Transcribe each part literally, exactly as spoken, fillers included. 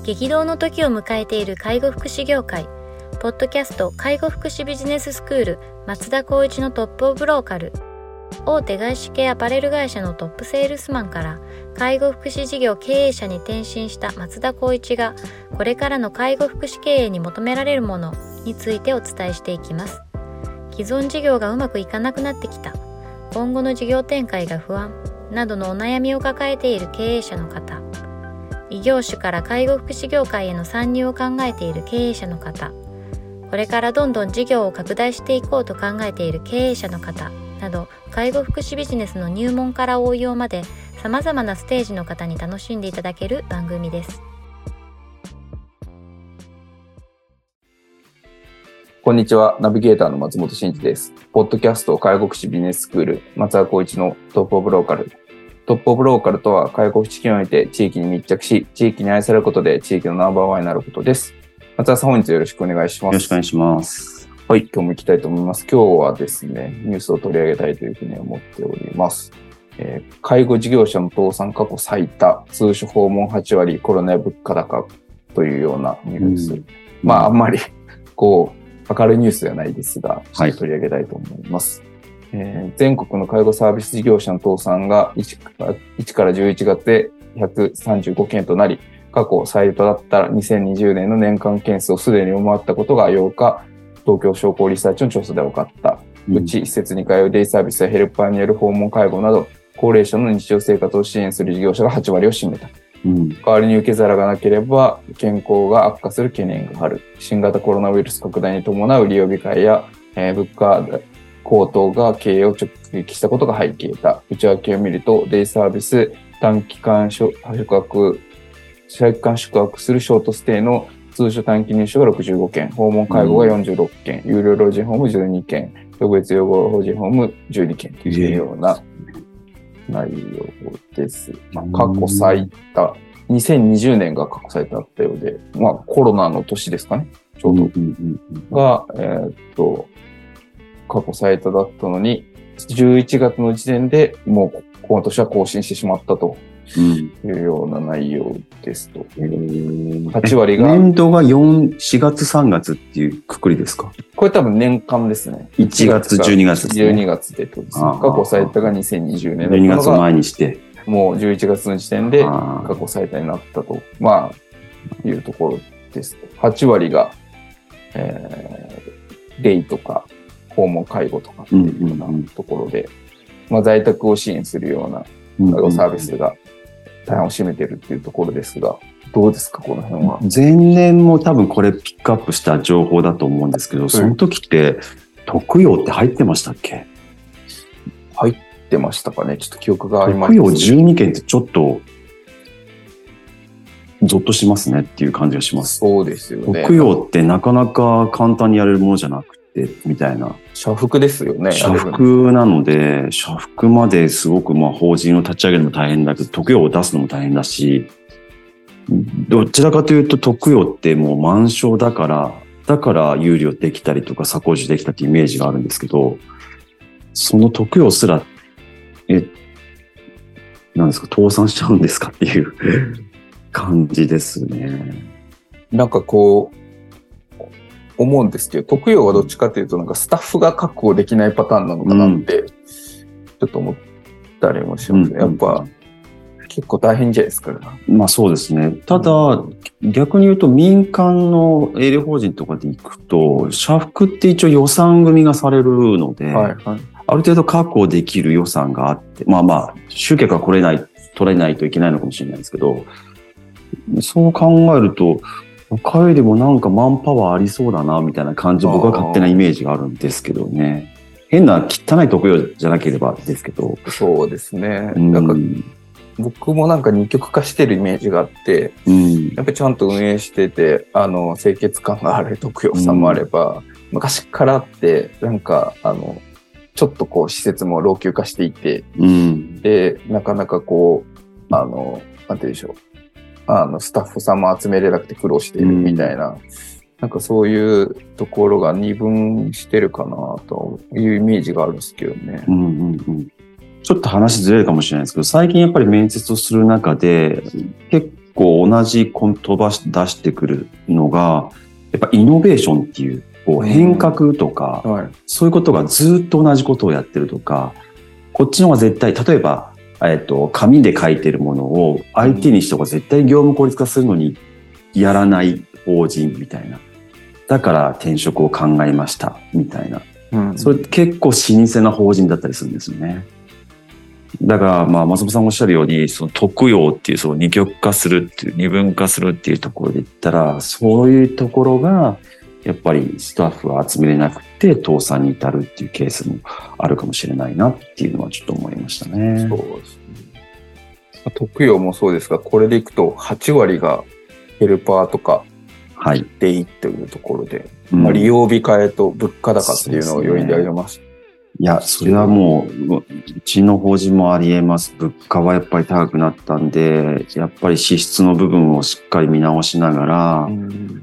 激動の時を迎えている介護福祉業界。ポッドキャスト介護福祉ビジネススクール松田光一のトップオブローカル。大手外資系アパレル会社のトップセールスマンから介護福祉事業経営者に転身した松田光一が、これからの介護福祉経営に求められるものについてお伝えしていきます。既存事業がうまくいかなくなってきた、今後の事業展開が不安などのお悩みを抱えている経営者の方、異業種から介護福祉業界への参入を考えている経営者の方、これからどんどん事業を拡大していこうと考えている経営者の方など、介護福祉ビジネスの入門から応用まで様々なステージの方に楽しんでいただける番組です。 こんにちは、ナビゲーターの松本真嗣です。ポッドキャスト介護福祉ビジネススクール松田光一のトップオブローカル。トップオブローカルとは、介護福祉業において地域に密着し、地域に愛されることで地域のナンバーワンになることです。松田さん、本日よろしくお願いします。 よろしくお願いします。 はい、今日も行きたいと思います。今日はですね、ニュースを取り上げたいというふうに思っております。えー、介護事業者の倒産過去最多、通所訪問はち割、コロナや物価高というようなニュース。うん、まあ、あんまり、こう、明るいニュースではないですが、はい、取り上げたいと思います。えー、全国の介護サービス事業者の倒産が 1, からじゅういちがつでひゃくさんじゅうごけんとなり、過去最多だったにせんにじゅうねんの年間件数をすでに上回ったことがようか、東京商工リサーチの調査で分かった。うん、うち施設に通うデイサービスやヘルパーによる訪問介護など、高齢者の日常生活を支援する事業者がはち割を占めた。うん、代わりに受け皿がなければ健康が悪化する懸念がある。新型コロナウイルス拡大に伴う利用控えや、えー、物価高騰が経営を直撃したことが背景だ。内訳を見ると、デイサービス、短期間宿泊、短期間宿泊するショートステイの通所短期入所がろくじゅうごけん、訪問介護がよんじゅうろっけん、うん、有料老人ホームじゅうにけん、特別養護老人ホームじゅうにけんというような内容です。まあ、過去最多、にせんにじゅうねんが過去最多だったようで、まあコロナの年ですかね、ちょうど。うんうんうん、が、えー、っと、過去最多だったのに、じゅういちがつの時点でもうこの年は更新してしまったというような内容ですと。うん、はち割が。 年度がよん、しがつさんがつっていうくくりですか？ これ多分年間ですね。 いちがつ、じゅうにがつですね。 じゅうにがつでとです、ね。過去最多がにせんにじゅうねんだったのが。 じゅうにがつを前にして。 もうじゅういちがつの時点で過去最多になったと。まあ、いうところです。はち割が、えー、デイとか、訪問介護とかっていうようなところで、うんうんうん、まあ、在宅を支援するような介護サービスが大半を占めているっていうところですが、どうですか、この辺は。 前年も多分これピックアップした情報だと思うんですけど、その時って特養って入ってましたっけ？ 入ってましたかね、ちょっと記憶があります。 特養じゅうにけんってちょっとゾッとしますねっていう感じがします。 そうですよね。 特養ってなかなか簡単にやれるものじゃなくてみたいな。 社服ですよね。 社服なので、社服まですごくまあ法人を立ち上げるのも大変だけど、特養を出すのも大変だし、どちらかというと特養ってもう満床だから、だから有料できたりとか鎖骨樹できたっていうイメージがあるんですけど、その特養すら、え、なんですか、倒産しちゃうんですかっていう感じですね。 なんかこう、思うんですけど、特養はどっちかというと、なんかスタッフが確保できないパターンなのかなって、ちょっと思ったりもしますね。うん、やっぱ、結構大変じゃないですか。 まあそうですね。ただ、うん、逆に言うと民間の営利法人とかで行くと、社服って一応予算組がされるので、はいはい、ある程度確保できる予算があって、まあまあ、集客が来れない、取れないといけないのかもしれないですけど、そう考えると、他よりもなんかマンパワーありそうだなみたいな感じ、僕は勝手なイメージがあるんですけどね。変な汚い特養じゃなければですけど。 そうですね。うん、なんか僕もなんか二極化してるイメージがあって、うん、やっぱりちゃんと運営してて、あの清潔感がある特養さんもあれば、うん、昔からあってなんかあのちょっとこう施設も老朽化していて、うん、でなかなかこうあのなんて言うんでしょう。あのスタッフさんも集めれなくて苦労しているみたいな、うん、なんかそういうところが二分してるかなというイメージがあるんですけどね。うんうんうん、 ちょっと話ずれるかもしれないですけど、最近やっぱり面接をする中で結構同じコン飛ばし出してくるのが、やっぱイノベーションっていう、こう変革とか、うんはい、そういうことがずっと同じことをやってるとか、こっちの方が絶対、例えば、えっと、紙で書いてるものを相手にした方が絶対業務効率化するのにやらない法人みたいな。だから転職を考えました、みたいな。うん、それ結構老舗な法人だったりするんですよね。だから、まあ、松本さんおっしゃるように、その特養っていう、その二極化するっていう、二分化するっていうところで言ったら、そういうところが、やっぱりスタッフは集めれなくて倒産に至るっていうケースもあるかもしれないなっていうのはちょっと思いましたね。 そうですね。特養もそうですが、これでいくとはち割がヘルパーとかでいいというところで、はいまあ、利用控えと物価高っていうのを要因で挙げます。 いや、それはもう、うちの法人もあり得ます。物価はやっぱり高くなったんで、やっぱり支出の部分をしっかり見直しながら、うん、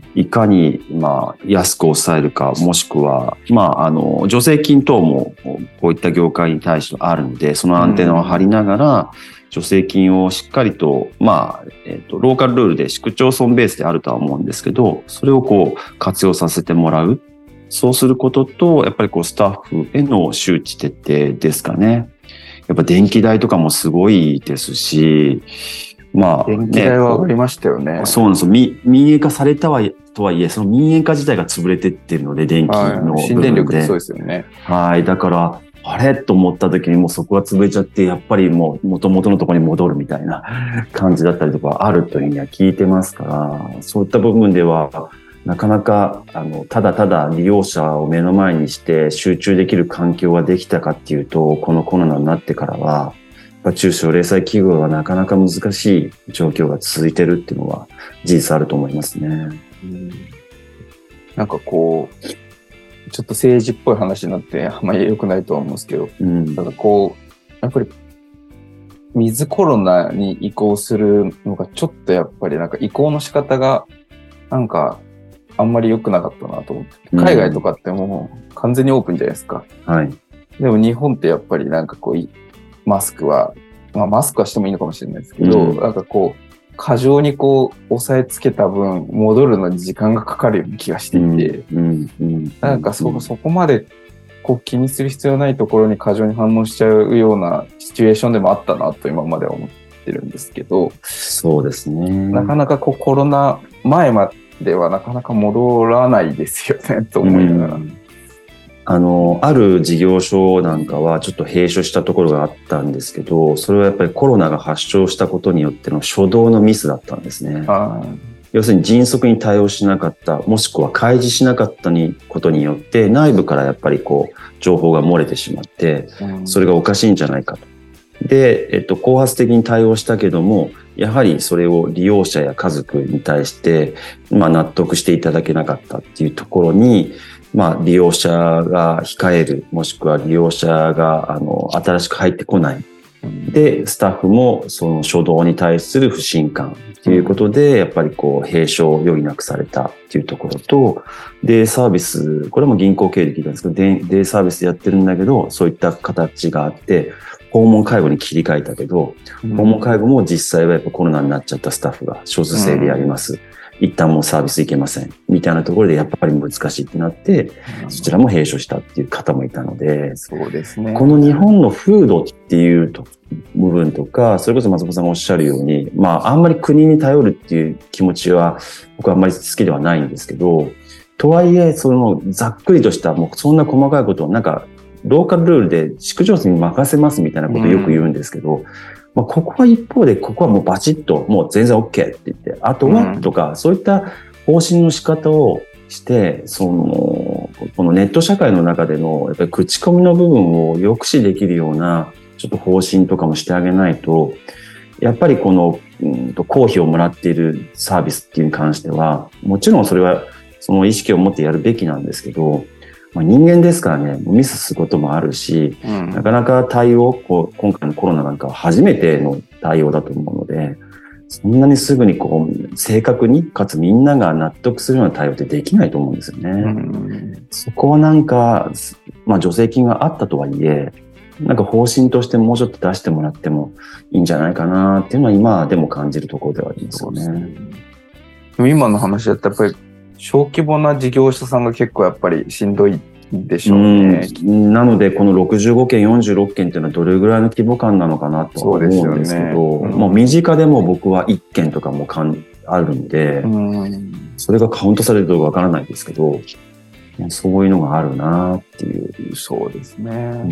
いかに、まあ、安く抑えるか、もしくは、まあ、あの、助成金等も、こういった業界に対してあるので、そのアンテナを張りながら、助成金をしっかりと、まあ、えっと、ローカルルールで市区町村ベースであるとは思うんですけど、それをこう、活用させてもらう。そうすることと、やっぱりこうスタッフへの周知徹底ですかね。やっぱ電気代とかもすごいですし、まあ、ね、 電気代は上がりましたよね。 そうなんですよ。民営化されたはとはいえ、その民営化自体が潰れてってるので、電気の部分で。はい、 新電力ってそうですよね。 はい。だから、あれと思った時にもうそこが潰れちゃって、やっぱりもう元々のところに戻るみたいな感じだったりとかあるというふうには聞いてますから、そういった部分では、なかなか、あの、ただただ利用者を目の前にして集中できる環境ができたかっていうと、このコロナになってからは、中小零細企業はなかなか難しい状況が続いてるっていうのは事実あると思いますね。うん、 なんかこう、ちょっと政治っぽい話になってあんまり良くないとは思うんですけど、うん、ただこう、やっぱり、ウィズコロナに移行するのがちょっとやっぱりなんか移行の仕方が、なんか、あんまり良くなかったなと思って。海外とかってもう完全にオープンじゃないですか。 はい。 でも日本ってやっぱりなんかこう、マスクは、まあマスクはしてもいいのかもしれないですけど、うん、なんかこう、過剰にこう、押さえつけた分、戻るのに時間がかかるような気がしていて、うんうん、なんかそ、そこまでこう気にする必要ないところに過剰に反応しちゃうようなシチュエーションでもあったなと今までは思ってるんですけど、 そうですね。 なかなかこうコロナ前までではなかなか戻らないですよねと思いながら、うん、 あのある事業所なんかはちょっと閉所したところがあったんですけど、それはやっぱりコロナが発症したことによっての初動のミスだったんですね。要するに迅速に対応しなかった、もしくは開示しなかったことによって内部からやっぱりこう情報が漏れてしまって、それがおかしいんじゃないかと。で、えっと、後発的に対応したけども、やはりそれを利用者や家族に対して、まあ納得していただけなかったっていうところに、まあ利用者が控える、もしくは利用者が、あの、新しく入ってこない。で、スタッフもその初動に対する不信感ということで、やっぱりこう、閉所を余儀なくされたっていうところと、デイサービス、これも銀行経営で聞いたんですけど、デイ、デイサービスやってるんだけど、そういった形があって、訪問介護に切り替えたけど、うん、訪問介護も実際はやっぱコロナになっちゃったスタッフが少数制でやります。うん、一旦もうサービスいけません。みたいなところでやっぱり難しいってなって、うん、そちらも閉所したっていう方もいたので、 そうですね。 この日本の風土っていうと部分とか、それこそ松本さんがおっしゃるように、まああんまり国に頼るっていう気持ちは僕はあんまり好きではないんですけど、とはいえ、そのざっくりとしたもうそんな細かいことをなんか、ローカルルールで市区町村に任せますみたいなことをよく言うんですけど、うん、まあ、ここは一方で、ここはもうバチッと、もう全然 OK って言って、あとは、うん、とか、そういった方針の仕方をして、その、このネット社会の中での、やっぱり口コミの部分を抑止できるような、ちょっと方針とかもしてあげないと、やっぱりこの、うんと、公費をもらっているサービスっていうに関しては、もちろんそれは、その意識を持ってやるべきなんですけど、まあ、人間ですからね、ミスすることもあるし、うん、なかなか対応、こう、今回のコロナなんかは初めての対応だと思うので、そんなにすぐにこう、正確に、かつみんなが納得するような対応ってできないと思うんですよね。うん、そこはなんか、まあ助成金があったとはいえ、 なんか方針としてもうちょっと出してもらってもいいんじゃないかなっていうのは今でも感じるところではありますよね。 でも今の話だとやっぱり小規模な事業者さんが結構やっぱりしんどいでしょうね。 うん、なのでこのろくじゅうごけんよんじゅうろっけんっていうのはどれぐらいの規模感なのかなとは思うんですけど、う、ね、うん、もう身近でも僕はいっけんとかもかんあるんで、うん、それがカウントされるとわからないですけど、そういうのがあるなっていう。 そうですね、うん、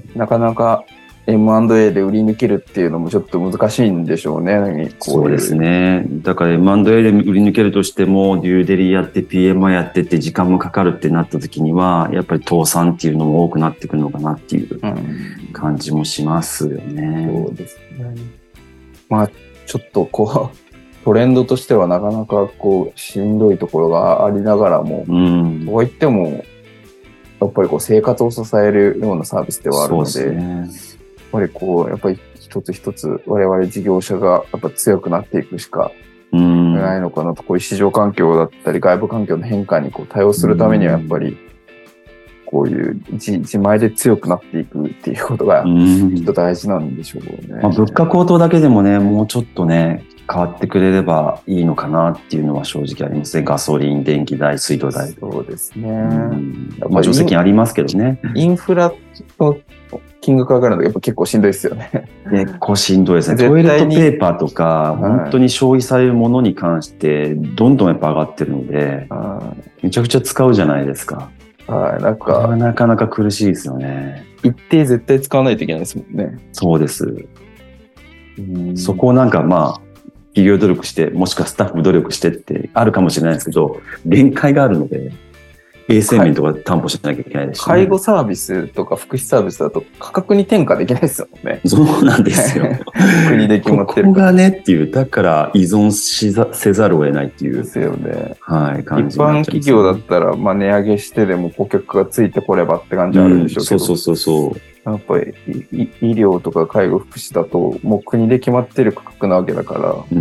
なかなか エムアンドエー で売り抜けるっていうのもちょっと難しいんでしょうね。こういうそうですね。だから エムアンドエー で売り抜けるとしても、デューデリやって ピーエムアイ やってって時間もかかるってなった時には、やっぱり倒産っていうのも多くなってくるのかなっていう感じもしますよね。 うん、そうですね。まあ、ちょっとこう、トレンドとしてはなかなかこう、しんどいところがありながらも、うん、とはいっても、やっぱりこう生活を支えるようなサービスではあるので、そうですね、やっぱりこう、やっぱり一つ一つ我々事業者がやっぱ強くなっていくしかないのかなと、こういう市場環境だったり外部環境の変化にこう対応するためにはやっぱり、こういう自、自前で強くなっていくっていうことがきっと大事なんでしょうね。 まあ、物価高騰だけでもね、もうちょっとね、変わってくれればいいのかなっていうのは正直ありますね。ガソリン、電気代、水道代。 そうですね。うん、 まあ、助成金ありますけどね。 インフラの金額上がるのがやっぱ結構しんどいですよね。 結構しんどいですね。トイレットペーパーとか、本当に消費されるものに関して、どんどんやっぱ上がってるので、めちゃくちゃ使うじゃないですか。 はい、なんか。 なかなか苦しいですよね。 一定絶対使わないといけないですもんね。 そうです。うんそこをなんかまあ、企業努力して、もしくはスタッフ努力してってあるかもしれないですけど、限界があるので、衛生面とか担保しなきゃいけないですし、ね、 介護サービスとか福祉サービスだと価格に転嫁できないですよね。 そうなんですよ。 国で決まってる。 ここがねっていう、だから依存しざせざるを得ないっていう。 ですよね。 はい、感じ。一般企業だったら、まあ値上げしてでも顧客がついてこればって感じあるんでしょうけど。うん、 そうそうそうそう。 やっぱり医療とか介護福祉だともう国で決まってる価格なわけだから、うん、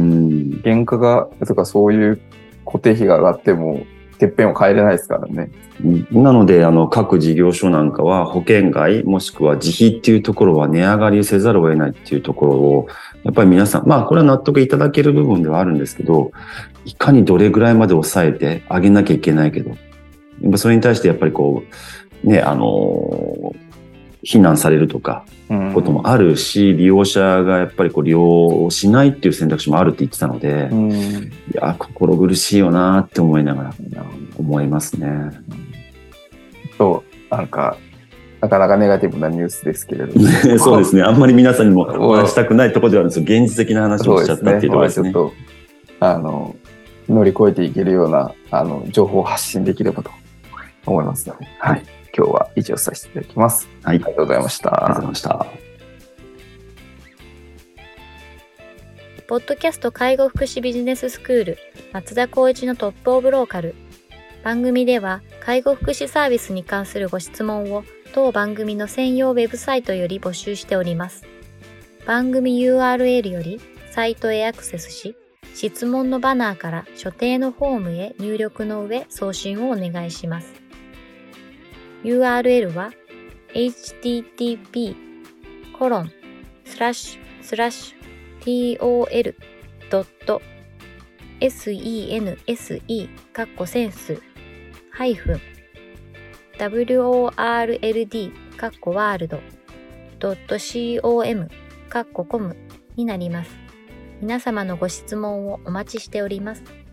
原価がとかそういう固定費が上がってもてっぺんを変えれないですからね。 なのであの各事業所なんかは保険外もしくは自費っていうところは値上がりせざるを得ないっていうところをやっぱり皆さんまあこれは納得いただける部分ではあるんですけど、いかにどれぐらいまで抑えて上げなきゃいけないけど、それに対してやっぱりこうねあのー非難されるとかこともあるし、うん、利用者がやっぱりこう利用しないっていう選択肢もあるって言ってたので、うん、いや心苦しいよなって思いながら思いますね。 そう、なんかなかなかネガティブなニュースですけれどもそうですね、あんまり皆さんにもお話したくないところではあるんですけど、現実的な話をしちゃったっていうところですね。 そうですね、まあ、ちょっとあの乗り越えていけるようなあの情報を発信できればと思いますので、はい、今日は以上させていただきます。 はい。ありがとうございました。 ありがとうございました。 ポッドキャスト介護福祉ビジネススクール松田光一のトップオブローカル。番組では介護福祉サービスに関するご質問を当番組の専用ウェブサイトより募集しております。番組 ユーアールエル よりサイトへアクセスし、質問のバナーから所定のフォームへ入力の上送信をお願いします。ユーアールエル は エイチティーティーピーコロンスラッシュスラッシュ tol ドット sense カッコセンスハイフン world カッコワールドドット com カッココムになります。皆様のご質問をお待ちしております。